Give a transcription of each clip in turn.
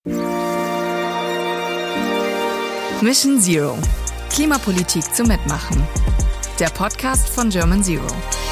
Mission Zero. Klimapolitik zum Mitmachen. Der Podcast von German Zero.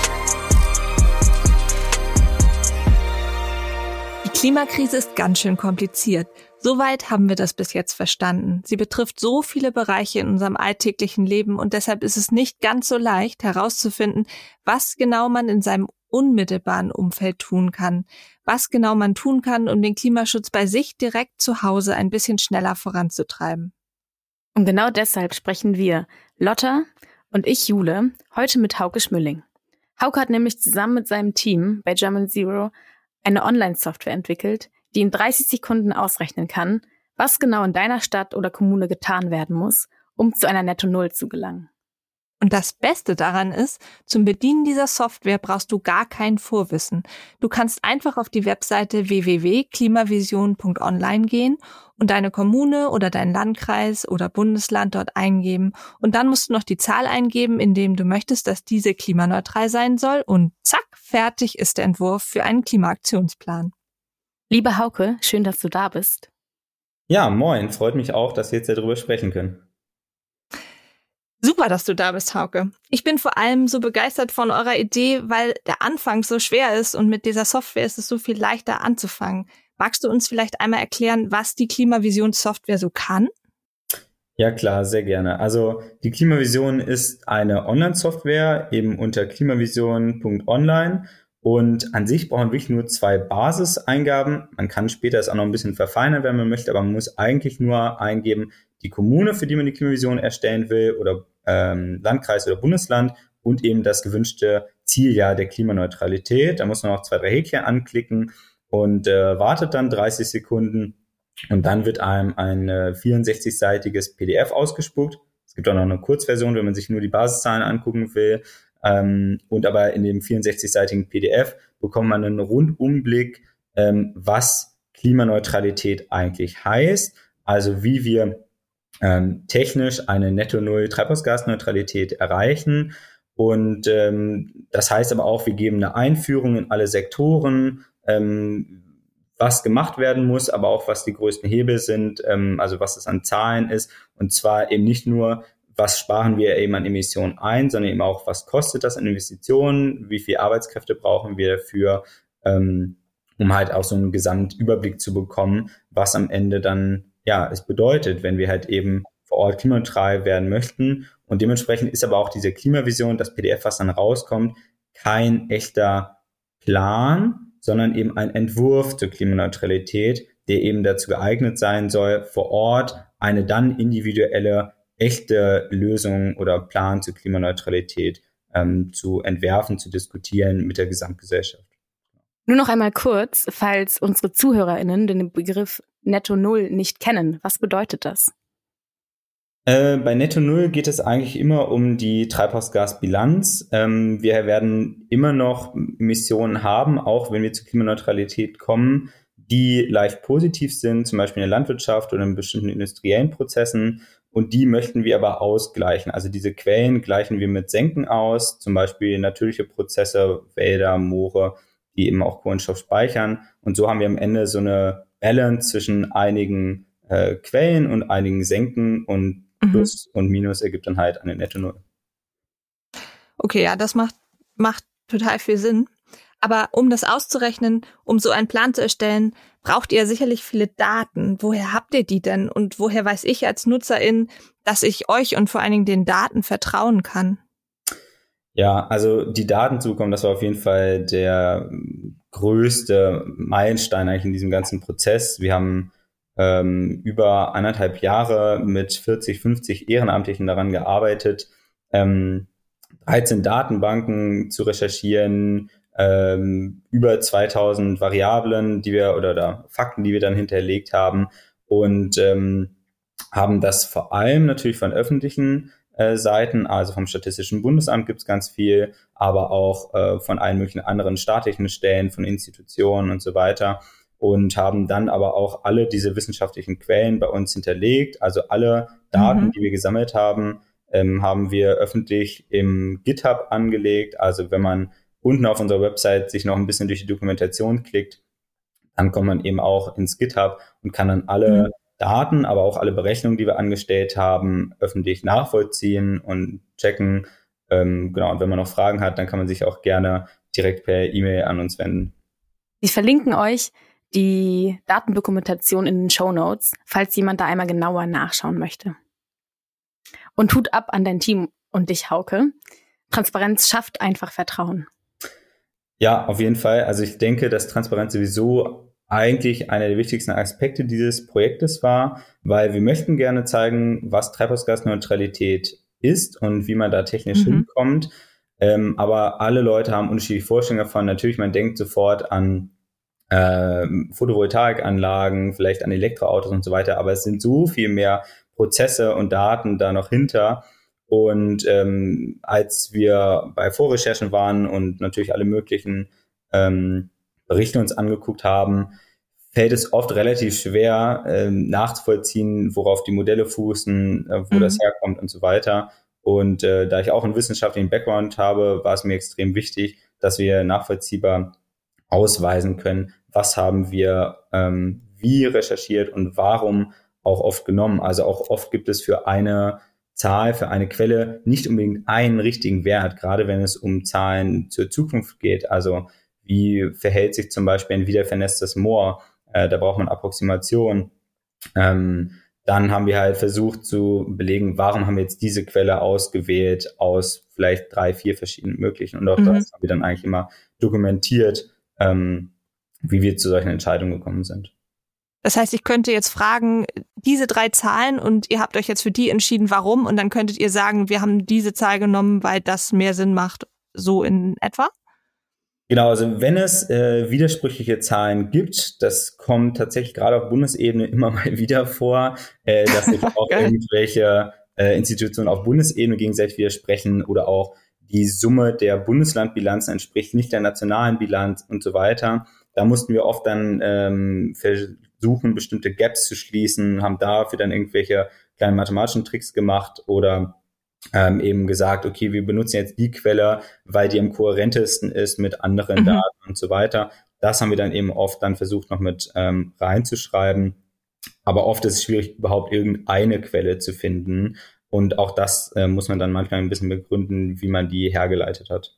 Die Klimakrise ist ganz schön kompliziert. Soweit haben wir das bis jetzt verstanden. Sie betrifft so viele Bereiche in unserem alltäglichen Leben und deshalb ist es nicht ganz so leicht herauszufinden, was genau man in seinem unmittelbaren Umfeld tun kann, was genau man tun kann, um den Klimaschutz bei sich direkt zu Hause ein bisschen schneller voranzutreiben. Und genau deshalb sprechen wir, Lotta und ich, Jule, heute mit Hauke Schmülling. Hauke hat nämlich zusammen mit seinem Team bei German Zero eine Online-Software entwickelt, die in 30 Sekunden ausrechnen kann, was genau in deiner Stadt oder Kommune getan werden muss, um zu einer Netto-Null zu gelangen. Und das Beste daran ist, zum Bedienen dieser Software brauchst du gar kein Vorwissen. Du kannst einfach auf die Webseite www.klimavision.online gehen und deine Kommune oder dein Landkreis oder Bundesland dort eingeben. Und dann musst du noch die Zahl eingeben, indem du möchtest, dass diese klimaneutral sein soll. Und zack, fertig ist der Entwurf für einen Klimaaktionsplan. Lieber Hauke, schön, dass du da bist. Ja, moin. Freut mich auch, dass wir jetzt darüber sprechen können. Super, dass du da bist, Hauke. Ich bin vor allem so begeistert von eurer Idee, weil der Anfang so schwer ist und mit dieser Software ist es so viel leichter anzufangen. Magst du uns vielleicht einmal erklären, was die Klimavision-Software so kann? Ja klar, sehr gerne. Also die Klimavision ist eine Online-Software eben unter klimavision.online und an sich brauchen wir wirklich nur 2 Basiseingaben. Man kann später es auch noch ein bisschen verfeinern, wenn man möchte, aber man muss eigentlich nur eingeben, die Kommune, für die man die Klimavision erstellen will oder Landkreis oder Bundesland und eben das gewünschte Zieljahr der Klimaneutralität. Da muss man noch 2, 3 Häkchen anklicken und wartet dann 30 Sekunden und dann wird einem ein 64-seitiges PDF ausgespuckt. Es gibt auch noch eine Kurzversion, wenn man sich nur die Basiszahlen angucken will. Und aber in dem 64-seitigen PDF bekommt man einen Rundumblick, was Klimaneutralität eigentlich heißt, also wie wir technisch eine Netto-Null-Treibhausgasneutralität erreichen. Und das heißt aber auch, wir geben eine Einführung in alle Sektoren, was gemacht werden muss, aber auch was die größten Hebel sind, also was es an Zahlen ist. Und zwar eben nicht nur, was sparen wir eben an Emissionen ein, sondern eben auch, was kostet das an Investitionen, wie viel Arbeitskräfte brauchen wir dafür, um halt auch so einen Gesamtüberblick zu bekommen, was am Ende dann es bedeutet, wenn wir halt eben vor Ort klimaneutral werden möchten. Und dementsprechend ist aber auch diese Klimavision, das PDF, was dann rauskommt, kein echter Plan, sondern eben ein Entwurf zur Klimaneutralität, der eben dazu geeignet sein soll, vor Ort eine dann individuelle, echte Lösung oder Plan zur Klimaneutralität zu entwerfen, zu diskutieren mit der Gesamtgesellschaft. Nur noch einmal kurz, falls unsere ZuhörerInnen den Begriff Netto-Null nicht kennen. Was bedeutet das? Bei Netto-Null geht es eigentlich immer um die Treibhausgasbilanz. Wir werden immer noch Emissionen haben, auch wenn wir zur Klimaneutralität kommen, die leicht positiv sind, zum Beispiel in der Landwirtschaft oder in bestimmten industriellen Prozessen. Und die möchten wir aber ausgleichen. Also diese Quellen gleichen wir mit Senken aus, zum Beispiel natürliche Prozesse, Wälder, Moore, die eben auch Kohlenstoff speichern. Und so haben wir am Ende so eine Balance zwischen einigen Quellen und einigen Senken und Plus und Minus ergibt dann halt eine Netto-Null. Okay, ja, das macht total viel Sinn. Aber um das auszurechnen, um so einen Plan zu erstellen, braucht ihr sicherlich viele Daten. Woher habt ihr die denn? Und woher weiß ich als Nutzerin, dass ich euch und vor allen Dingen den Daten vertrauen kann? Ja, also die Daten zu bekommen, das war auf jeden Fall der größte Meilenstein eigentlich in diesem ganzen Prozess. Wir haben über 1,5 Jahre mit 40, 50 Ehrenamtlichen daran gearbeitet, 13 Datenbanken zu recherchieren, über 2000 Variablen, die wir oder Fakten, die wir dann hinterlegt haben und haben das vor allem natürlich von öffentlichen Seiten, also vom Statistischen Bundesamt gibt's ganz viel, aber auch von allen möglichen anderen staatlichen Stellen, von Institutionen und so weiter und haben dann aber auch alle diese wissenschaftlichen Quellen bei uns hinterlegt, also alle Daten, die wir gesammelt haben, haben wir öffentlich im GitHub angelegt, also wenn man unten auf unserer Website sich noch ein bisschen durch die Dokumentation klickt, dann kommt man eben auch ins GitHub und kann dann alle Daten, aber auch alle Berechnungen, die wir angestellt haben, öffentlich nachvollziehen und checken. Genau, und wenn man noch Fragen hat, dann kann man sich auch gerne direkt per E-Mail an uns wenden. Wir verlinken euch die Datendokumentation in den Shownotes, falls jemand da einmal genauer nachschauen möchte. Und Hut ab an dein Team und dich, Hauke. Transparenz schafft einfach Vertrauen. Ja, auf jeden Fall. Also ich denke, dass Transparenz sowieso eigentlich einer der wichtigsten Aspekte dieses Projektes war, weil wir möchten gerne zeigen, was Treibhausgasneutralität ist und wie man da technisch hinkommt. Aber alle Leute haben unterschiedliche Vorstellungen davon. Natürlich, man denkt sofort an Photovoltaikanlagen, vielleicht an Elektroautos und so weiter, aber es sind so viel mehr Prozesse und Daten da noch hinter. Und als wir bei Vorrecherchen waren und natürlich alle möglichen Berichte uns angeguckt haben, fällt es oft relativ schwer nachzuvollziehen, worauf die Modelle fußen, wo das herkommt und so weiter. Und da ich auch einen wissenschaftlichen Background habe, war es mir extrem wichtig, dass wir nachvollziehbar ausweisen können, was haben wir wie recherchiert und warum auch oft genommen. Also auch oft gibt es für eine Zahl, für eine Quelle nicht unbedingt einen richtigen Wert, gerade wenn es um Zahlen zur Zukunft geht. Also wie verhält sich zum Beispiel ein wiedervernässtes Moor? Da braucht man Approximation. Dann haben wir halt versucht zu belegen, warum haben wir jetzt diese Quelle ausgewählt aus vielleicht 3, 4 verschiedenen möglichen. Und auch das haben wir dann eigentlich immer dokumentiert, wie wir zu solchen Entscheidungen gekommen sind. Das heißt, ich könnte jetzt fragen, diese 3 Zahlen und ihr habt euch jetzt für die entschieden, warum? Und dann könntet ihr sagen, wir haben diese Zahl genommen, weil das mehr Sinn macht, so in etwa? Genau, also wenn es widersprüchliche Zahlen gibt, das kommt tatsächlich gerade auf Bundesebene immer mal wieder vor, dass sich auch irgendwelche Institutionen auf Bundesebene gegenseitig widersprechen oder auch die Summe der Bundeslandbilanzen entspricht nicht der nationalen Bilanz und so weiter. Da mussten wir oft dann versuchen, bestimmte Gaps zu schließen, haben dafür dann irgendwelche kleinen mathematischen Tricks gemacht oder eben gesagt, okay, wir benutzen jetzt die Quelle, weil die am kohärentesten ist mit anderen Daten und so weiter. Das haben wir dann eben oft dann versucht, noch mit reinzuschreiben. Aber oft ist es schwierig, überhaupt irgendeine Quelle zu finden. Und auch das muss man dann manchmal ein bisschen begründen, wie man die hergeleitet hat.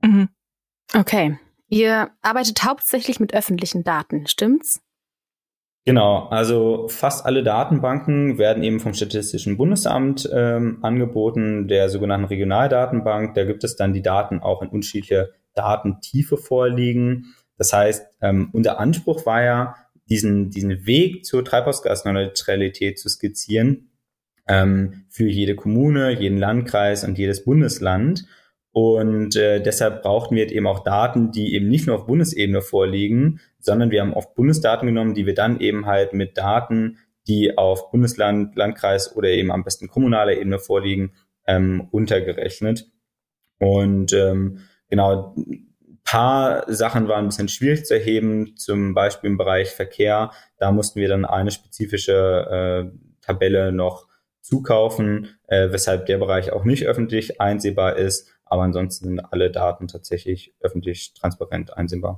Okay. Ihr arbeitet hauptsächlich mit öffentlichen Daten, stimmt's? Genau, also fast alle Datenbanken werden eben vom Statistischen Bundesamt angeboten, der sogenannten Regionaldatenbank. Da gibt es dann die Daten auch in unterschiedliche Datentiefe vorliegen. Das heißt, unser Anspruch war ja, diesen Weg zur Treibhausgasneutralität zu skizzieren für jede Kommune, jeden Landkreis und jedes Bundesland. Und deshalb brauchten wir eben auch Daten, die eben nicht nur auf Bundesebene vorliegen, sondern wir haben oft Bundesdaten genommen, die wir dann eben halt mit Daten, die auf Bundesland, Landkreis oder eben am besten kommunaler Ebene vorliegen, runtergerechnet. Und genau, ein paar Sachen waren ein bisschen schwierig zu erheben, zum Beispiel im Bereich Verkehr. Da mussten wir dann eine spezifische Tabelle noch zukaufen, weshalb der Bereich auch nicht öffentlich einsehbar ist. Aber ansonsten sind alle Daten tatsächlich öffentlich transparent einsehbar.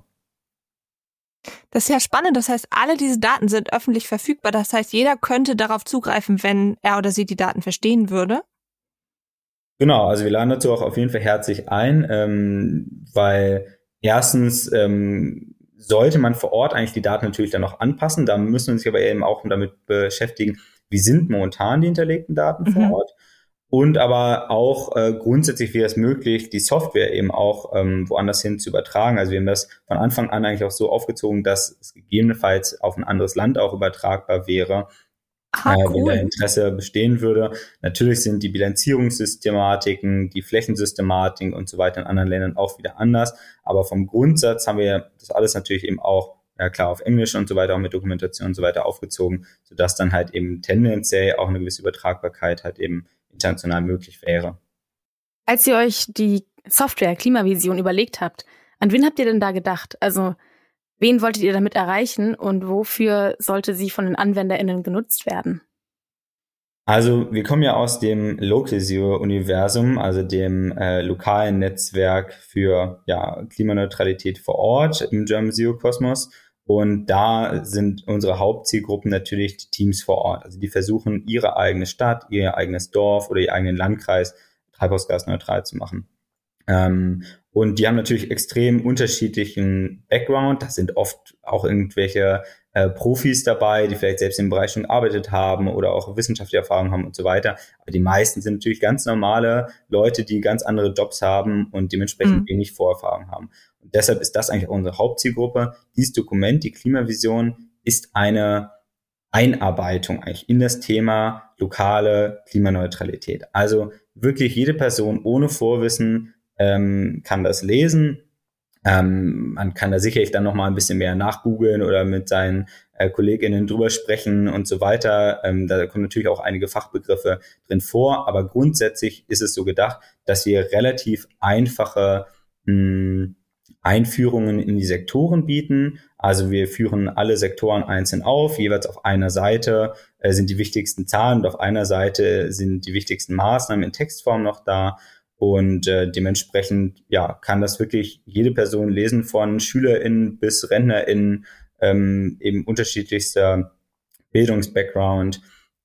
Das ist ja spannend. Das heißt, alle diese Daten sind öffentlich verfügbar. Das heißt, jeder könnte darauf zugreifen, wenn er oder sie die Daten verstehen würde. Genau, also wir laden dazu auch auf jeden Fall herzlich ein, weil erstens sollte man vor Ort eigentlich die Daten natürlich dann noch anpassen. Da müssen wir uns aber eben auch damit beschäftigen, wie sind momentan die hinterlegten Daten vor Ort. Und aber auch grundsätzlich wäre es möglich, die Software eben auch woanders hin zu übertragen. Also wir haben das von Anfang an eigentlich auch so aufgezogen, dass es gegebenenfalls auf ein anderes Land auch übertragbar wäre, wenn da Interesse bestehen würde. Natürlich sind die Bilanzierungssystematiken, die Flächensystematik und so weiter in anderen Ländern auch wieder anders. Aber vom Grundsatz haben wir das alles natürlich eben auch, ja klar, auf Englisch und so weiter, auch mit Dokumentation und so weiter aufgezogen, sodass dann halt eben tendenziell auch eine gewisse Übertragbarkeit halt eben international möglich wäre. Als ihr euch die Software Klimavision überlegt habt, an wen habt ihr denn da gedacht? Also wen wolltet ihr damit erreichen und wofür sollte sie von den AnwenderInnen genutzt werden? Also wir kommen ja aus dem Local Zero Universum, also dem lokalen Netzwerk für Klimaneutralität vor Ort im German Zero Kosmos. Und da sind unsere Hauptzielgruppen natürlich die Teams vor Ort. Also die versuchen, ihre eigene Stadt, ihr eigenes Dorf oder ihren eigenen Landkreis treibhausgasneutral zu machen. Und die haben natürlich extrem unterschiedlichen Background. Da sind oft auch irgendwelche Profis dabei, die vielleicht selbst im Bereich schon gearbeitet haben oder auch wissenschaftliche Erfahrung haben und so weiter. Aber die meisten sind natürlich ganz normale Leute, die ganz andere Jobs haben und dementsprechend wenig Vorerfahrung haben. Und deshalb ist das eigentlich auch unsere Hauptzielgruppe. Dieses Dokument, die Klimavision, ist eine Einarbeitung eigentlich in das Thema lokale Klimaneutralität. Also wirklich jede Person ohne Vorwissen kann das lesen. Man kann da sicherlich dann noch mal ein bisschen mehr nachgoogeln oder mit seinen KollegInnen drüber sprechen und so weiter. Da kommen natürlich auch einige Fachbegriffe drin vor, aber grundsätzlich ist es so gedacht, dass wir relativ einfache Einführungen in die Sektoren bieten. Also wir führen alle Sektoren einzeln auf. Jeweils auf einer Seite sind die wichtigsten Zahlen und auf einer Seite sind die wichtigsten Maßnahmen in Textform noch da. Und dementsprechend kann das wirklich jede Person lesen, von SchülerInnen bis RentnerInnen, eben unterschiedlichster Bildungsbackground.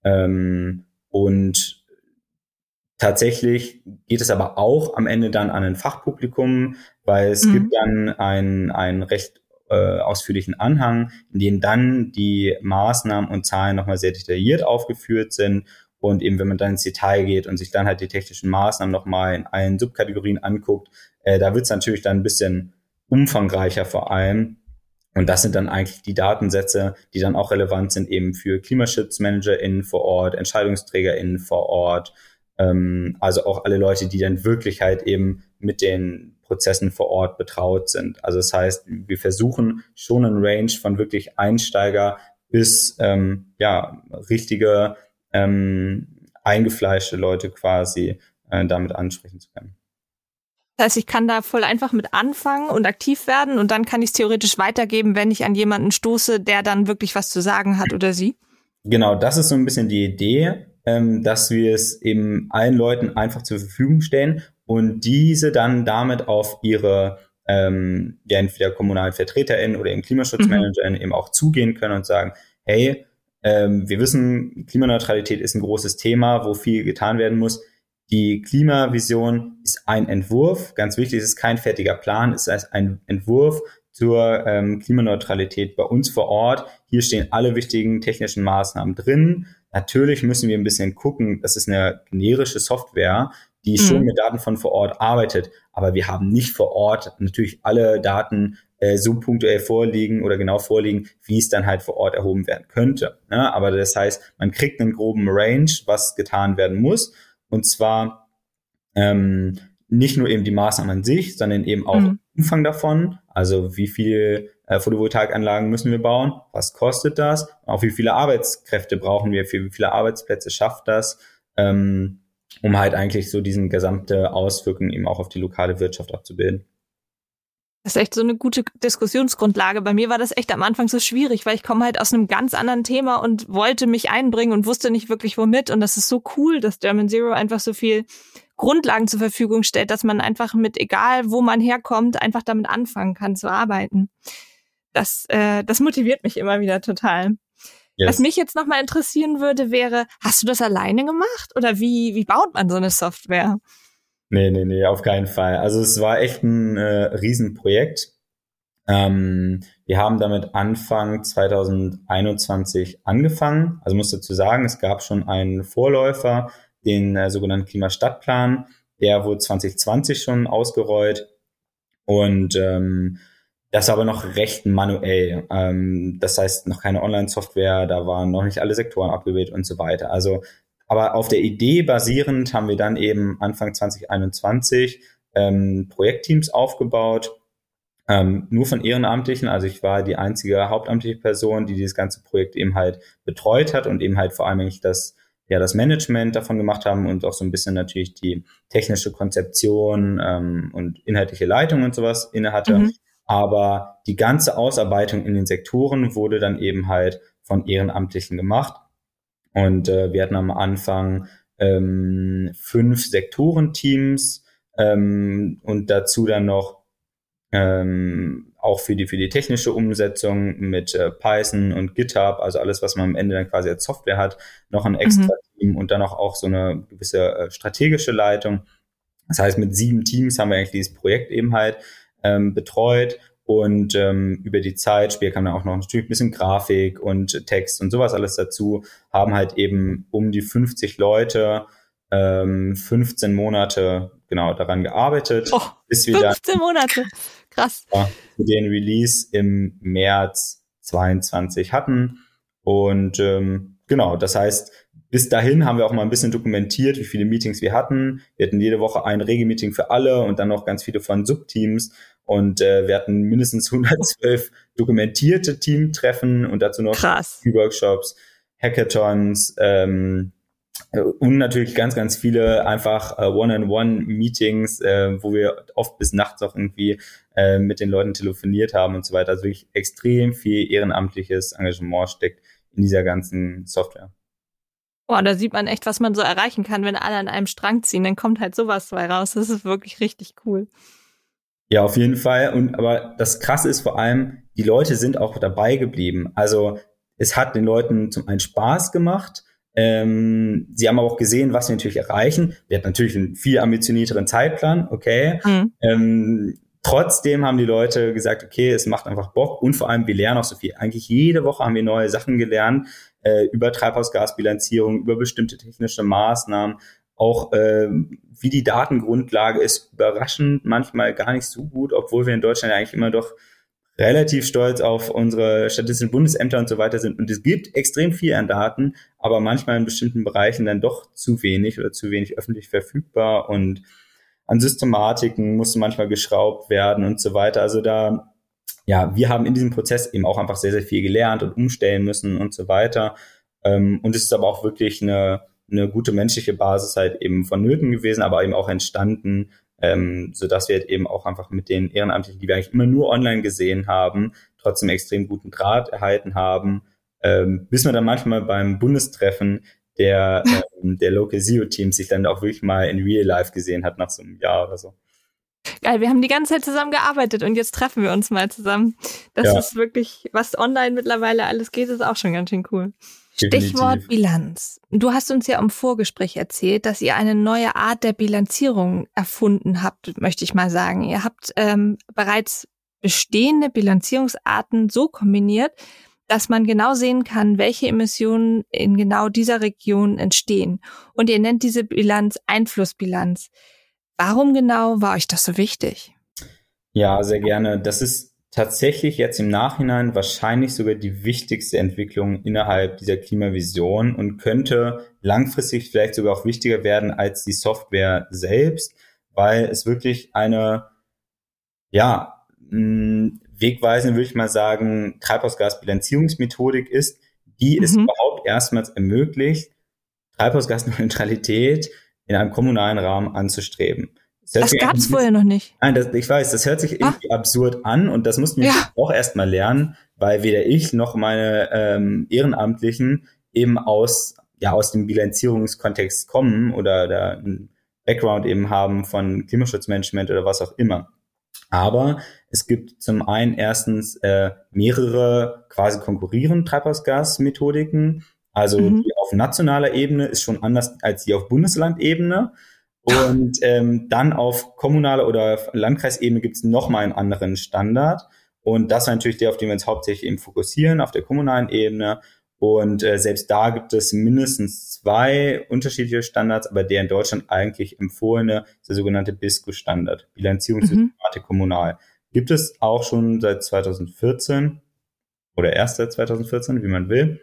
Und tatsächlich geht es aber auch am Ende dann an ein Fachpublikum, weil es gibt dann einen recht ausführlichen Anhang, in dem dann die Maßnahmen und Zahlen nochmal sehr detailliert aufgeführt sind. Und eben, wenn man dann ins Detail geht und sich dann halt die technischen Maßnahmen nochmal in allen Subkategorien anguckt, da wird es natürlich dann ein bisschen umfangreicher vor allem. Und das sind dann eigentlich die Datensätze, die dann auch relevant sind eben für KlimaschutzmanagerInnen vor Ort, EntscheidungsträgerInnen vor Ort, also auch alle Leute, die dann wirklich halt eben mit den Prozessen vor Ort betraut sind. Also das heißt, wir versuchen schon einen Range von wirklich Einsteiger bis richtige eingefleischte Leute quasi damit ansprechen zu können. Das heißt, ich kann da voll einfach mit anfangen und aktiv werden und dann kann ich es theoretisch weitergeben, wenn ich an jemanden stoße, der dann wirklich was zu sagen hat oder sie? Genau, das ist so ein bisschen die Idee, dass wir es eben allen Leuten einfach zur Verfügung stellen und diese dann damit auf ihre entweder kommunalen VertreterInnen oder eben KlimaschutzmanagerInnen eben auch zugehen können und sagen, hey, wir wissen, Klimaneutralität ist ein großes Thema, wo viel getan werden muss. Die Klimavision ist ein Entwurf. Ganz wichtig, es ist kein fertiger Plan, es ist ein Entwurf zur Klimaneutralität bei uns vor Ort. Hier stehen alle wichtigen technischen Maßnahmen drin. Natürlich müssen wir ein bisschen gucken, das ist eine generische Software, die schon mit Daten von vor Ort arbeitet. Aber wir haben nicht vor Ort natürlich alle Daten so punktuell vorliegen oder genau vorliegen, wie es dann halt vor Ort erhoben werden könnte. Ne? Aber das heißt, man kriegt einen groben Range, was getan werden muss. Und zwar nicht nur eben die Maßnahmen an sich, sondern eben auch Umfang davon. Also wie viel Photovoltaikanlagen müssen wir bauen? Was kostet das? Auch wie viele Arbeitskräfte brauchen wir? Für wie viele Arbeitsplätze schafft das? Um halt eigentlich so diesen gesamte Auswirkungen eben auch auf die lokale Wirtschaft abzubilden. Das ist echt so eine gute Diskussionsgrundlage. Bei mir war das echt am Anfang so schwierig, weil ich komme halt aus einem ganz anderen Thema und wollte mich einbringen und wusste nicht wirklich womit. Und das ist so cool, dass German Zero einfach so viel Grundlagen zur Verfügung stellt, dass man einfach mit, egal wo man herkommt, einfach damit anfangen kann zu arbeiten. Das motiviert mich immer wieder total. Yes. Was mich jetzt nochmal interessieren würde, wäre, hast du das alleine gemacht? Oder wie baut man so eine Software? Nee, auf keinen Fall. Also es war echt ein Riesenprojekt. Wir haben damit Anfang 2021 angefangen. Also muss dazu sagen, es gab schon einen Vorläufer, den sogenannten Klimastadtplan. Der wurde 2020 schon ausgerollt. Und das war aber noch recht manuell. Das heißt, noch keine Online-Software, da waren noch nicht alle Sektoren abgebildet und so weiter. Also aber auf der Idee basierend haben wir dann eben Anfang 2021 Projektteams aufgebaut, nur von Ehrenamtlichen. Also ich war die einzige hauptamtliche Person, die dieses ganze Projekt eben halt betreut hat und eben halt vor allem eigentlich das Management davon gemacht haben und auch so ein bisschen natürlich die technische Konzeption und inhaltliche Leitung und sowas innehatte. Aber die ganze Ausarbeitung in den Sektoren wurde dann eben halt von Ehrenamtlichen gemacht. Und wir hatten am Anfang 5 Sektorenteams und dazu dann noch auch für die technische Umsetzung mit Python und GitHub, also alles, was man am Ende dann quasi als Software hat, noch ein extra Team und dann auch so eine gewisse strategische Leitung. Das heißt, mit 7 Teams haben wir eigentlich dieses Projekt eben halt betreut. Und über die Zeit, später kam dann auch noch natürlich ein bisschen Grafik und Text und sowas alles dazu, haben halt eben um die 50 Leute 15 Monate genau daran gearbeitet. Oh, bis wir 15 Monate, krass. Den Release im März 22 hatten. Und genau, das heißt, bis dahin haben wir auch mal ein bisschen dokumentiert, wie viele Meetings wir hatten. Wir hatten jede Woche ein Regelmeeting für alle und dann noch ganz viele von Subteams. Und wir hatten mindestens 112 dokumentierte Teamtreffen und dazu noch Workshops, Hackathons und natürlich ganz, ganz viele einfach One-on-One-Meetings, wo wir oft bis nachts auch irgendwie mit den Leuten telefoniert haben und so weiter. Also wirklich extrem viel ehrenamtliches Engagement steckt in dieser ganzen Software. Boah, da sieht man echt, was man so erreichen kann, wenn alle an einem Strang ziehen. Dann kommt halt sowas dabei raus. Das ist wirklich richtig cool. Ja, auf jeden Fall. Aber das Krasse ist vor allem, die Leute sind auch dabei geblieben. Also es hat den Leuten zum einen Spaß gemacht. Sie haben aber auch gesehen, was wir natürlich erreichen. Wir hatten natürlich einen viel ambitionierteren Zeitplan, okay. Trotzdem haben die Leute gesagt, okay, es macht einfach Bock und vor allem, wir lernen auch so viel. Eigentlich jede Woche haben wir neue Sachen gelernt, über Treibhausgasbilanzierung, über bestimmte technische Maßnahmen. Auch wie die Datengrundlage ist überraschend manchmal gar nicht so gut, obwohl wir in Deutschland eigentlich immer doch relativ stolz auf unsere statistischen Bundesämter und so weiter sind. Und es gibt extrem viel an Daten, aber manchmal in bestimmten Bereichen dann doch zu wenig oder zu wenig öffentlich verfügbar. Und an Systematiken musste manchmal geschraubt werden und so weiter. Also da, ja, wir haben in diesem Prozess eben auch einfach sehr, sehr viel gelernt und umstellen müssen und so weiter. Und es ist aber auch wirklich eine gute menschliche Basis halt eben vonnöten gewesen, aber eben auch entstanden, sodass wir halt eben auch einfach mit den Ehrenamtlichen, die wir eigentlich immer nur online gesehen haben, trotzdem extrem guten Draht erhalten haben, bis wir dann manchmal beim Bundestreffen der Local Zero Teams sich dann auch wirklich mal in Real Life gesehen hat nach so einem Jahr oder so. Geil, wir haben die ganze Zeit zusammen gearbeitet und jetzt treffen wir uns mal zusammen. Das ist wirklich, was online mittlerweile alles geht, ist auch schon ganz schön cool. Stichwort Bilanz. Du hast uns ja im Vorgespräch erzählt, dass ihr eine neue Art der Bilanzierung erfunden habt, möchte ich mal sagen. Ihr habt bereits bestehende Bilanzierungsarten so kombiniert, dass man genau sehen kann, welche Emissionen in genau dieser Region entstehen. Und ihr nennt diese Bilanz Einflussbilanz. Warum genau war euch das so wichtig? Ja, sehr gerne. Das ist tatsächlich jetzt im Nachhinein wahrscheinlich sogar die wichtigste Entwicklung innerhalb dieser Klimavision und könnte langfristig vielleicht sogar auch wichtiger werden als die Software selbst, weil es wirklich eine, wegweisende, würde ich mal sagen, Treibhausgasbilanzierungsmethodik ist, die es überhaupt erstmals ermöglicht, Treibhausgasneutralität in einem kommunalen Rahmen anzustreben. Das gab es vorher noch nicht. Nein, ich weiß, das hört sich irgendwie absurd an und das mussten wir auch erstmal lernen, weil weder ich noch meine Ehrenamtlichen eben aus dem Bilanzierungskontext kommen oder da einen Background eben haben von Klimaschutzmanagement oder was auch immer. Aber es gibt zum einen erstens mehrere quasi konkurrierende Treibhausgasmethodiken. Also die auf nationaler Ebene ist schon anders als die auf Bundeslandebene. Und dann auf kommunaler oder Landkreisebene gibt es nochmal einen anderen Standard. Und das war natürlich der, auf den wir uns hauptsächlich eben fokussieren, auf der kommunalen Ebene. Und selbst da gibt es mindestens 2 unterschiedliche Standards, aber der in Deutschland eigentlich empfohlene ist der sogenannte BISCO-Standard, Bilanzierungssystematik kommunal. Gibt es auch schon seit 2014 oder erst seit 2014, wie man will.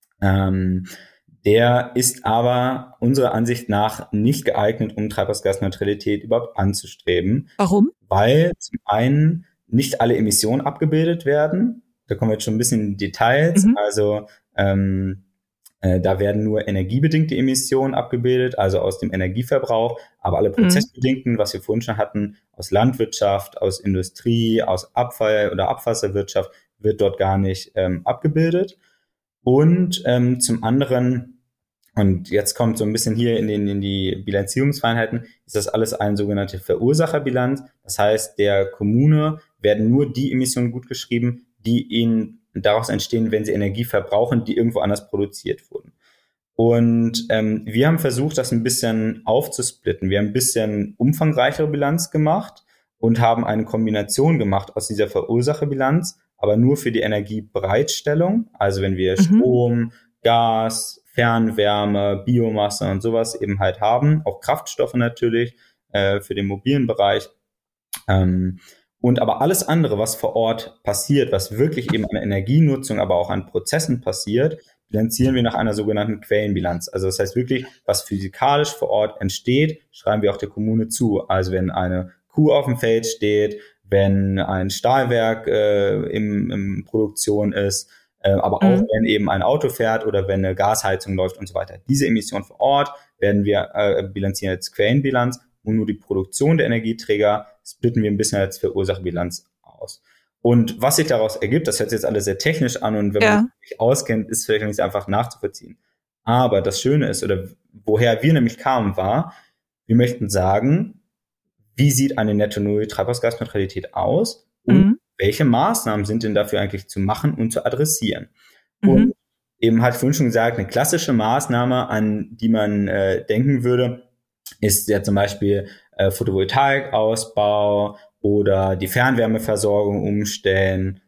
Der ist aber unserer Ansicht nach nicht geeignet, um Treibhausgasneutralität überhaupt anzustreben. Warum? Weil zum einen nicht alle Emissionen abgebildet werden. Da kommen wir jetzt schon ein bisschen in Details. Also da werden nur energiebedingte Emissionen abgebildet, also aus dem Energieverbrauch, aber alle prozessbedingten, was wir vorhin schon hatten, aus Landwirtschaft, aus Industrie, aus Abfall oder Abwasserwirtschaft, wird dort gar nicht abgebildet. Und zum anderen Und jetzt kommt so ein bisschen hier in die Bilanzierungsfeinheiten, ist das alles eine sogenannte Verursacherbilanz. Das heißt, der Kommune werden nur die Emissionen gutgeschrieben, die ihnen daraus entstehen, wenn sie Energie verbrauchen, die irgendwo anders produziert wurden. Und wir haben versucht, das ein bisschen aufzusplitten. Wir haben ein bisschen umfangreichere Bilanz gemacht und haben eine Kombination gemacht aus dieser Verursacherbilanz, aber nur für die Energiebereitstellung. Also wenn wir Strom, Gas, Fernwärme, Biomasse und sowas eben halt haben, auch Kraftstoffe natürlich für den mobilen Bereich. Und aber alles andere, was vor Ort passiert, was wirklich eben an Energienutzung, aber auch an Prozessen passiert, bilanzieren wir nach einer sogenannten Quellenbilanz. Also das heißt wirklich, was physikalisch vor Ort entsteht, schreiben wir auch der Kommune zu. Also wenn eine Kuh auf dem Feld steht, wenn ein Stahlwerk in Produktion ist, aber auch wenn eben ein Auto fährt oder wenn eine Gasheizung läuft und so weiter. Diese Emissionen vor Ort werden wir bilanzieren als Quellenbilanz und nur die Produktion der Energieträger splitten wir ein bisschen als Verursacherbilanz aus. Und was sich daraus ergibt, das hört sich jetzt alles sehr technisch an und wenn man sich auskennt, ist vielleicht nicht einfach nachzuvollziehen. Aber das Schöne ist, oder woher wir nämlich kamen, war, wir möchten sagen, wie sieht eine Netto-Null-Treibhausgasneutralität aus und welche Maßnahmen sind denn dafür eigentlich zu machen und zu adressieren? Und eben hat vorhin schon gesagt, eine klassische Maßnahme, an die man denken würde, ist ja zum Beispiel Photovoltaikausbau oder die Fernwärmeversorgung umstellen.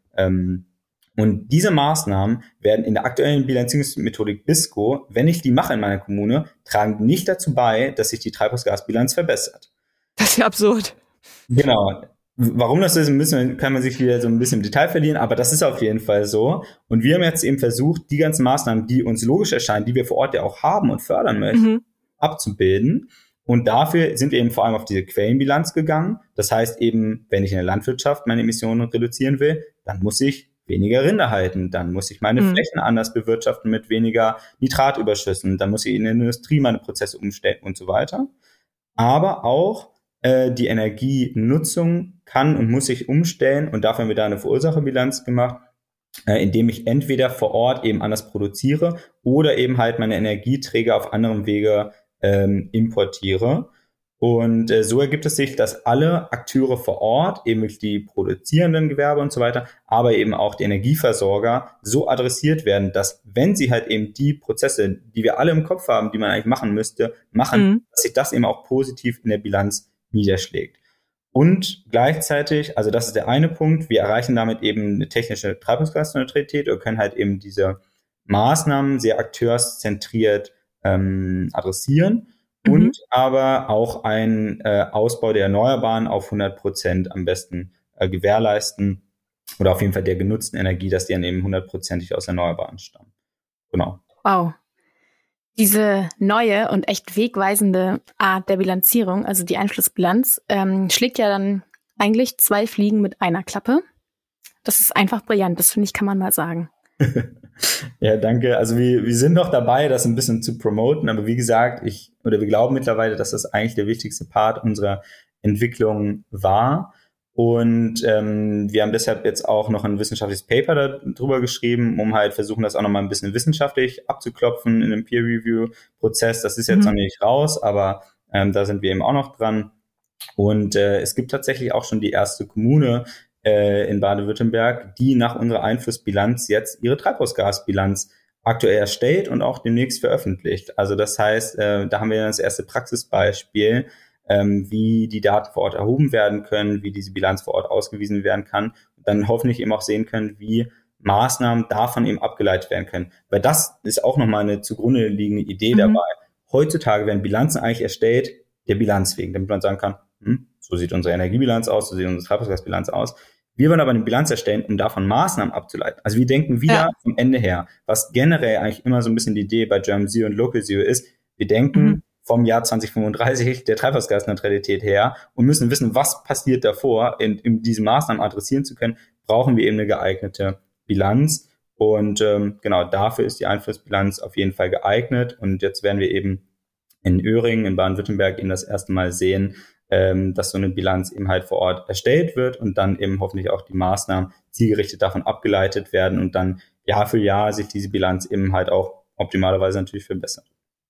Und diese Maßnahmen werden in der aktuellen Bilanzierungsmethodik BISCO, wenn ich die mache in meiner Kommune, tragen nicht dazu bei, dass sich die Treibhausgasbilanz verbessert. Das ist ja absurd. Genau. Warum das ist, kann man sich wieder so ein bisschen im Detail verlieren, aber das ist auf jeden Fall so. Und wir haben jetzt eben versucht, die ganzen Maßnahmen, die uns logisch erscheinen, die wir vor Ort ja auch haben und fördern möchten, abzubilden. Und dafür sind wir eben vor allem auf diese Quellenbilanz gegangen. Das heißt eben, wenn ich in der Landwirtschaft meine Emissionen reduzieren will, dann muss ich weniger Rinder halten, dann muss ich meine Flächen anders bewirtschaften mit weniger Nitratüberschüssen, dann muss ich in der Industrie meine Prozesse umstellen und so weiter. Aber auch die Energienutzung kann und muss sich umstellen und dafür haben wir da eine Verursacherbilanz gemacht, indem ich entweder vor Ort eben anders produziere oder eben halt meine Energieträger auf anderem Wege importiere. Und so ergibt es sich, dass alle Akteure vor Ort, eben die produzierenden Gewerbe und so weiter, aber eben auch die Energieversorger so adressiert werden, dass wenn sie halt eben die Prozesse, die wir alle im Kopf haben, die man eigentlich machen müsste, machen, dass sich das eben auch positiv in der Bilanz niederschlägt. Und gleichzeitig, also das ist der eine Punkt, wir erreichen damit eben eine technische Treibhausgasneutralität oder können halt eben diese Maßnahmen sehr akteurszentriert adressieren und aber auch einen Ausbau der Erneuerbaren auf 100% am besten gewährleisten oder auf jeden Fall der genutzten Energie, dass die dann eben 100%ig aus Erneuerbaren stammen. Genau. Wow. Diese neue und echt wegweisende Art der Bilanzierung, also die Einflussbilanz, schlägt ja dann eigentlich 2 Fliegen mit einer Klappe. Das ist einfach brillant, das finde ich, kann man mal sagen. Ja, danke. Also wir sind noch dabei, das ein bisschen zu promoten, aber wie gesagt, wir glauben mittlerweile, dass das eigentlich der wichtigste Part unserer Entwicklung war. Und wir haben deshalb jetzt auch noch ein wissenschaftliches Paper darüber geschrieben, um halt versuchen, das auch noch mal ein bisschen wissenschaftlich abzuklopfen in einem Peer-Review-Prozess. Das ist jetzt noch nicht raus, aber da sind wir eben auch noch dran. Und es gibt tatsächlich auch schon die erste Kommune in Baden-Württemberg, die nach unserer Einflussbilanz jetzt ihre Treibhausgasbilanz aktuell erstellt und auch demnächst veröffentlicht. Also das heißt, da haben wir das erste Praxisbeispiel, wie die Daten vor Ort erhoben werden können, wie diese Bilanz vor Ort ausgewiesen werden kann und dann hoffentlich eben auch sehen können, wie Maßnahmen davon eben abgeleitet werden können. Weil das ist auch nochmal eine zugrunde liegende Idee dabei. Heutzutage werden Bilanzen eigentlich erstellt, der Bilanz wegen, damit man sagen kann, so sieht unsere Energiebilanz aus, so sieht unsere Treibhausgasbilanz aus. Wir wollen aber eine Bilanz erstellen, um davon Maßnahmen abzuleiten. Also wir denken wieder vom Ende her, was generell eigentlich immer so ein bisschen die Idee bei German Zero und Local Zero ist. Wir denken vom Jahr 2035 der Treibhausgasneutralität her und müssen wissen, was passiert davor. Um diese Maßnahmen adressieren zu können, brauchen wir eben eine geeignete Bilanz. Und genau dafür ist die Einflussbilanz auf jeden Fall geeignet. Und jetzt werden wir eben in Öhringen, in Baden-Württemberg eben das erste Mal sehen, dass so eine Bilanz eben halt vor Ort erstellt wird und dann eben hoffentlich auch die Maßnahmen zielgerichtet davon abgeleitet werden und dann Jahr für Jahr sich diese Bilanz eben halt auch optimalerweise natürlich verbessert.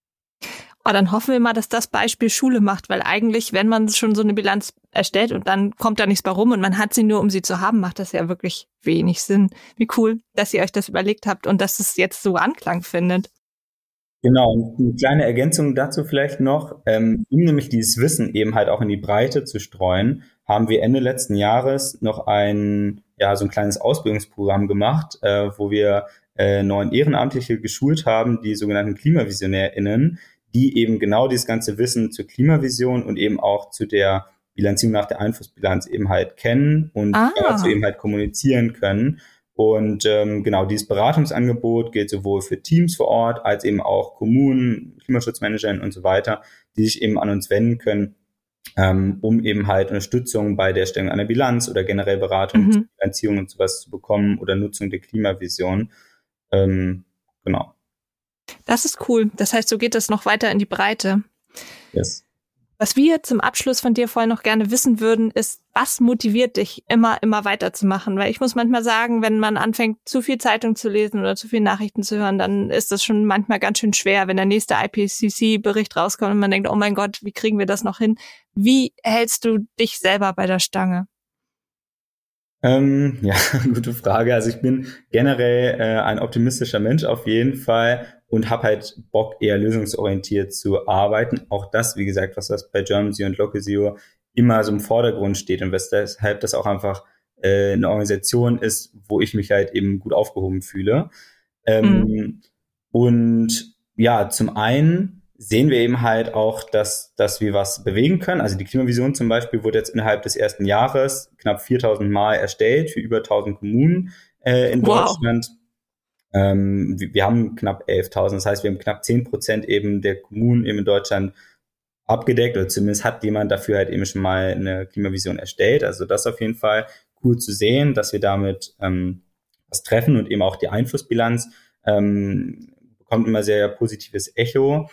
Oh, dann hoffen wir mal, dass das Beispiel Schule macht, weil eigentlich, wenn man schon so eine Bilanz erstellt und dann kommt da nichts bei rum und man hat sie nur, um sie zu haben, macht das ja wirklich wenig Sinn. Wie cool, dass ihr euch das überlegt habt und dass es jetzt so Anklang findet. Genau, und eine kleine Ergänzung dazu vielleicht noch, um nämlich dieses Wissen eben halt auch in die Breite zu streuen, haben wir Ende letzten Jahres noch so ein kleines Ausbildungsprogramm gemacht, wo wir 9 Ehrenamtliche geschult haben, die sogenannten KlimavisionärInnen, die eben genau dieses ganze Wissen zur Klimavision und eben auch zu der Bilanzierung nach der Einflussbilanz eben halt kennen und dazu eben halt kommunizieren können. Und genau, dieses Beratungsangebot gilt sowohl für Teams vor Ort als eben auch Kommunen, Klimaschutzmanagerinnen und so weiter, die sich eben an uns wenden können, um eben halt Unterstützung bei der Erstellung einer Bilanz oder generell Beratung zur Bilanzierung und sowas zu bekommen oder Nutzung der Klimavision. Genau. Das ist cool. Das heißt, so geht es noch weiter in die Breite. Yes. Was wir zum Abschluss von dir vorhin noch gerne wissen würden, ist, was motiviert dich, immer weiterzumachen? Weil ich muss manchmal sagen, wenn man anfängt, zu viel Zeitung zu lesen oder zu viel Nachrichten zu hören, dann ist das schon manchmal ganz schön schwer, wenn der nächste IPCC-Bericht rauskommt und man denkt, oh mein Gott, wie kriegen wir das noch hin? Wie hältst du dich selber bei der Stange? Gute Frage. Also ich bin generell ein optimistischer Mensch auf jeden Fall und habe halt Bock, eher lösungsorientiert zu arbeiten. Auch das, wie gesagt, was bei German Zero und Local Zero immer so im Vordergrund steht und weshalb das auch einfach eine Organisation ist, wo ich mich halt eben gut aufgehoben fühle. Und ja, zum einen sehen wir eben halt auch, dass wir was bewegen können. Also die Klimavision zum Beispiel wurde jetzt innerhalb des ersten Jahres knapp 4.000 Mal erstellt für über 1.000 Kommunen in Deutschland. Wir haben knapp 11.000, das heißt, wir haben knapp 10% eben der Kommunen eben in Deutschland abgedeckt, oder zumindest hat jemand dafür halt eben schon mal eine Klimavision erstellt. Also das ist auf jeden Fall cool zu sehen, dass wir damit was treffen und eben auch die Einflussbilanz bekommt immer sehr positives Echo.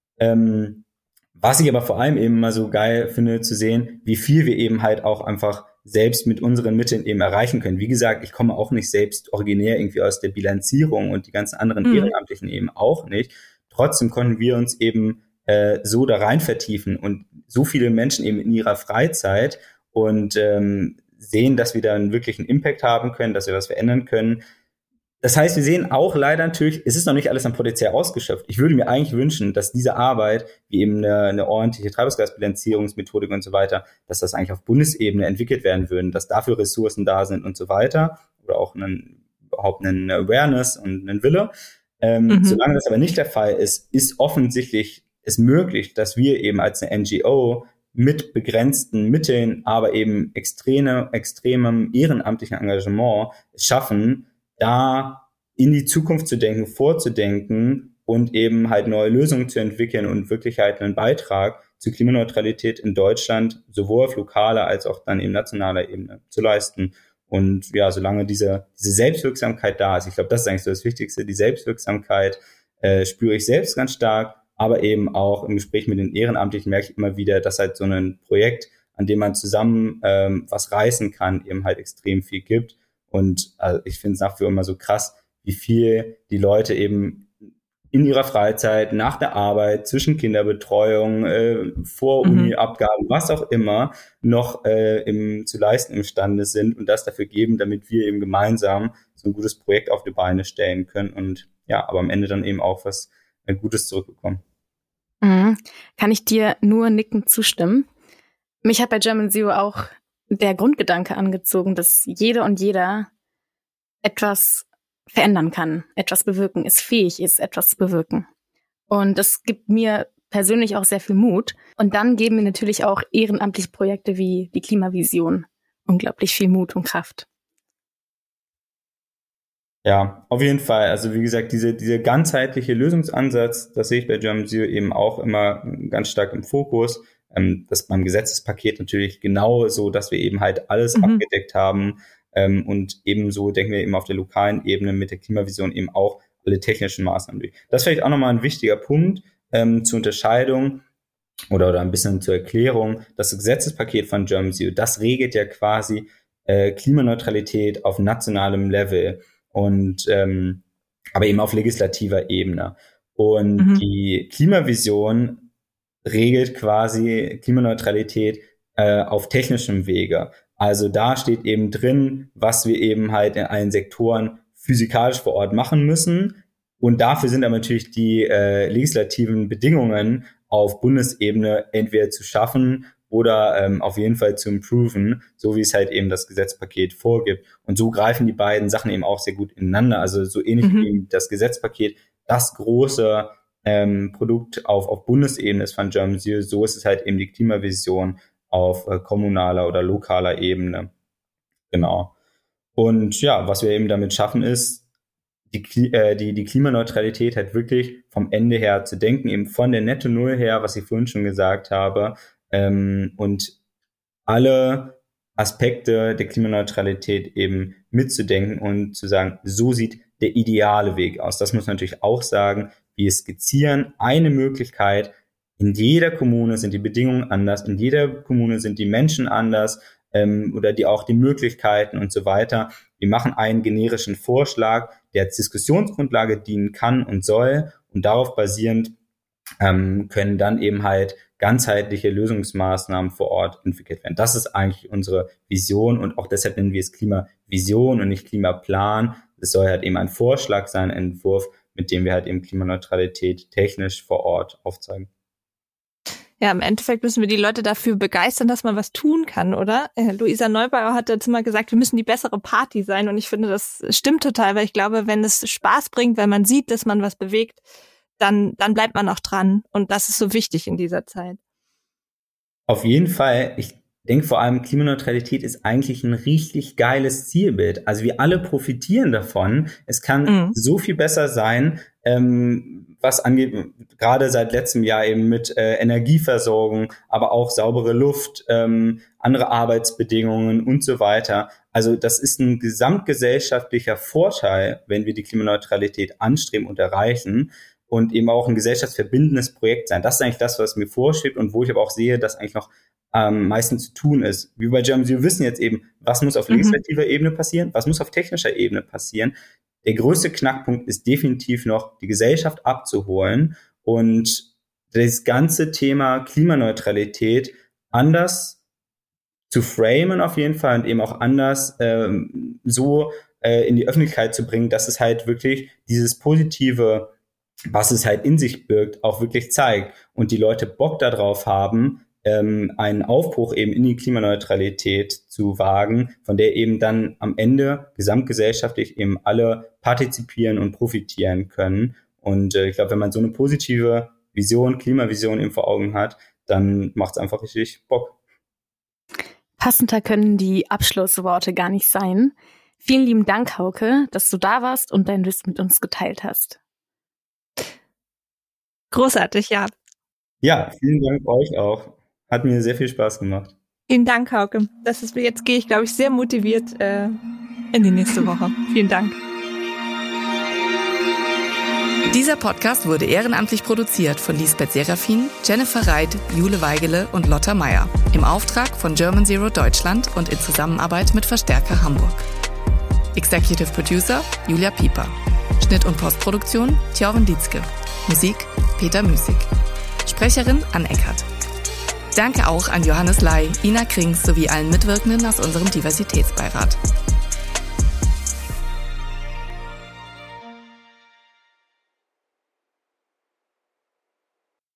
Was ich aber vor allem eben mal so geil finde, zu sehen, wie viel wir eben halt auch einfach selbst mit unseren Mitteln eben erreichen können. Wie gesagt, ich komme auch nicht selbst originär irgendwie aus der Bilanzierung und die ganzen anderen Ehrenamtlichen eben auch nicht. Trotzdem konnten wir uns eben so da rein vertiefen und so viele Menschen eben in ihrer Freizeit und sehen, dass wir da einen wirklichen Impact haben können, dass wir was verändern können. Das heißt, wir sehen auch leider natürlich, es ist noch nicht alles am Potenzial ausgeschöpft. Ich würde mir eigentlich wünschen, dass diese Arbeit, wie eben eine ordentliche Treibhausgasbilanzierungsmethodik und so weiter, dass das eigentlich auf Bundesebene entwickelt werden würden, dass dafür Ressourcen da sind und so weiter oder auch überhaupt eine Awareness und einen Wille. Solange das aber nicht der Fall ist, ist offensichtlich es möglich, dass wir eben als eine NGO mit begrenzten Mitteln, aber eben extremem ehrenamtlichen Engagement es schaffen, da in die Zukunft zu denken, vorzudenken und eben halt neue Lösungen zu entwickeln und wirklich halt einen Beitrag zur Klimaneutralität in Deutschland sowohl auf lokaler als auch dann eben nationaler Ebene zu leisten. Und ja, solange diese Selbstwirksamkeit da ist, ich glaube, das ist eigentlich so das Wichtigste, die Selbstwirksamkeit spüre ich selbst ganz stark, aber eben auch im Gespräch mit den Ehrenamtlichen merke ich immer wieder, dass halt so ein Projekt, an dem man zusammen was reißen kann, eben halt extrem viel gibt. Und ich finde es nach wie vor immer so krass, wie viel die Leute eben in ihrer Freizeit, nach der Arbeit, zwischen Kinderbetreuung, vor Uni-Abgaben, was auch immer, noch zu leisten imstande sind und das dafür geben, damit wir eben gemeinsam so ein gutes Projekt auf die Beine stellen können und ja, aber am Ende dann eben auch was Gutes zurückbekommen. Kann ich dir nur nickend zustimmen. Mich hat bei German Zero auch der Grundgedanke angezogen, dass jede und jeder etwas verändern kann, etwas bewirken, es fähig ist, etwas zu bewirken. Und das gibt mir persönlich auch sehr viel Mut. Und dann geben mir natürlich auch ehrenamtliche Projekte wie die Klimavision unglaublich viel Mut und Kraft. Ja, auf jeden Fall. Also wie gesagt, dieser ganzheitliche Lösungsansatz, das sehe ich bei German Zero eben auch immer ganz stark im Fokus. Das beim Gesetzespaket natürlich genau so, dass wir eben halt alles abgedeckt haben und ebenso denken wir eben auf der lokalen Ebene mit der Klimavision eben auch alle technischen Maßnahmen durch. Das ist vielleicht auch nochmal ein wichtiger Punkt zur Unterscheidung oder ein bisschen zur Erklärung. Das Gesetzespaket von German Zero, das regelt ja quasi Klimaneutralität auf nationalem Level und aber eben auf legislativer Ebene. Und die Klimavision regelt quasi Klimaneutralität auf technischem Wege. Also da steht eben drin, was wir eben halt in allen Sektoren physikalisch vor Ort machen müssen. Und dafür sind aber natürlich die legislativen Bedingungen auf Bundesebene entweder zu schaffen oder auf jeden Fall zu improven, so wie es halt eben das Gesetzpaket vorgibt. Und so greifen die beiden Sachen eben auch sehr gut ineinander. Also so ähnlich wie das Gesetzpaket das große Produkt auf Bundesebene ist von German Zero, so ist es halt eben die Klimavision auf kommunaler oder lokaler Ebene. Genau. Und ja, was wir eben damit schaffen ist, die Klimaneutralität halt wirklich vom Ende her zu denken, eben von der Netto Null her, was ich vorhin schon gesagt habe, und alle Aspekte der Klimaneutralität eben mitzudenken und zu sagen, so sieht der ideale Weg aus. Das muss man natürlich auch sagen. Wir skizzieren eine Möglichkeit. In jeder Kommune sind die Bedingungen anders, in jeder Kommune sind die Menschen anders oder auch die Möglichkeiten und so weiter. Wir machen einen generischen Vorschlag, der als Diskussionsgrundlage dienen kann und soll, und darauf basierend können dann eben halt ganzheitliche Lösungsmaßnahmen vor Ort entwickelt werden. Das ist eigentlich unsere Vision, und auch deshalb nennen wir es Klimavision und nicht Klimaplan. Es soll halt eben ein Vorschlag sein, ein Entwurf, mit dem wir halt eben Klimaneutralität technisch vor Ort aufzeigen. Ja, im Endeffekt müssen wir die Leute dafür begeistern, dass man was tun kann, oder? Luisa Neubauer hat jetzt immer gesagt, wir müssen die bessere Party sein, und ich finde, das stimmt total, weil ich glaube, wenn es Spaß bringt, wenn man sieht, dass man was bewegt, dann bleibt man auch dran, und das ist so wichtig in dieser Zeit. Auf jeden Fall. Ich denke vor allem, Klimaneutralität ist eigentlich ein richtig geiles Zielbild. Also wir alle profitieren davon. Es kann so viel besser sein, was angeht, gerade seit letztem Jahr eben mit Energieversorgung, aber auch saubere Luft, andere Arbeitsbedingungen und so weiter. Also das ist ein gesamtgesellschaftlicher Vorteil, wenn wir die Klimaneutralität anstreben und erreichen, und eben auch ein gesellschaftsverbindendes Projekt sein. Das ist eigentlich das, was mir vorschwebt und wo ich aber auch sehe, dass eigentlich noch am meisten zu tun ist. Wie bei German Zero wissen jetzt eben, was muss auf legislativer Ebene passieren, was muss auf technischer Ebene passieren. Der größte Knackpunkt ist definitiv noch, die Gesellschaft abzuholen und das ganze Thema Klimaneutralität anders zu framen auf jeden Fall und eben auch anders so in die Öffentlichkeit zu bringen, dass es halt wirklich dieses positive, was es halt in sich birgt, auch wirklich zeigt und die Leute Bock darauf haben, einen Aufbruch eben in die Klimaneutralität zu wagen, von der eben dann am Ende gesamtgesellschaftlich eben alle partizipieren und profitieren können. Und ich glaube, wenn man so eine positive Vision, Klimavision eben vor Augen hat, dann macht es einfach richtig Bock. Passender können die Abschlussworte gar nicht sein. Vielen lieben Dank, Hauke, dass du da warst und dein Wissen mit uns geteilt hast. Großartig, ja. Ja, vielen Dank euch auch. Hat mir sehr viel Spaß gemacht. Vielen Dank, Hauke. Jetzt gehe ich, glaube ich, sehr motiviert in die nächste Woche. Vielen Dank. Dieser Podcast wurde ehrenamtlich produziert von Lisbeth Serafin, Jennifer Reit, Jule Weigele und Lotta Meyer. Im Auftrag von German Zero Deutschland und in Zusammenarbeit mit Verstärker Hamburg. Executive Producer Julia Pieper. Schnitt und Postproduktion Thjörven Dietzke. Musik Peter Müßig. Sprecherin Ann Eckert. Danke auch an Johannes Lai, Ina Krings sowie allen Mitwirkenden aus unserem Diversitätsbeirat.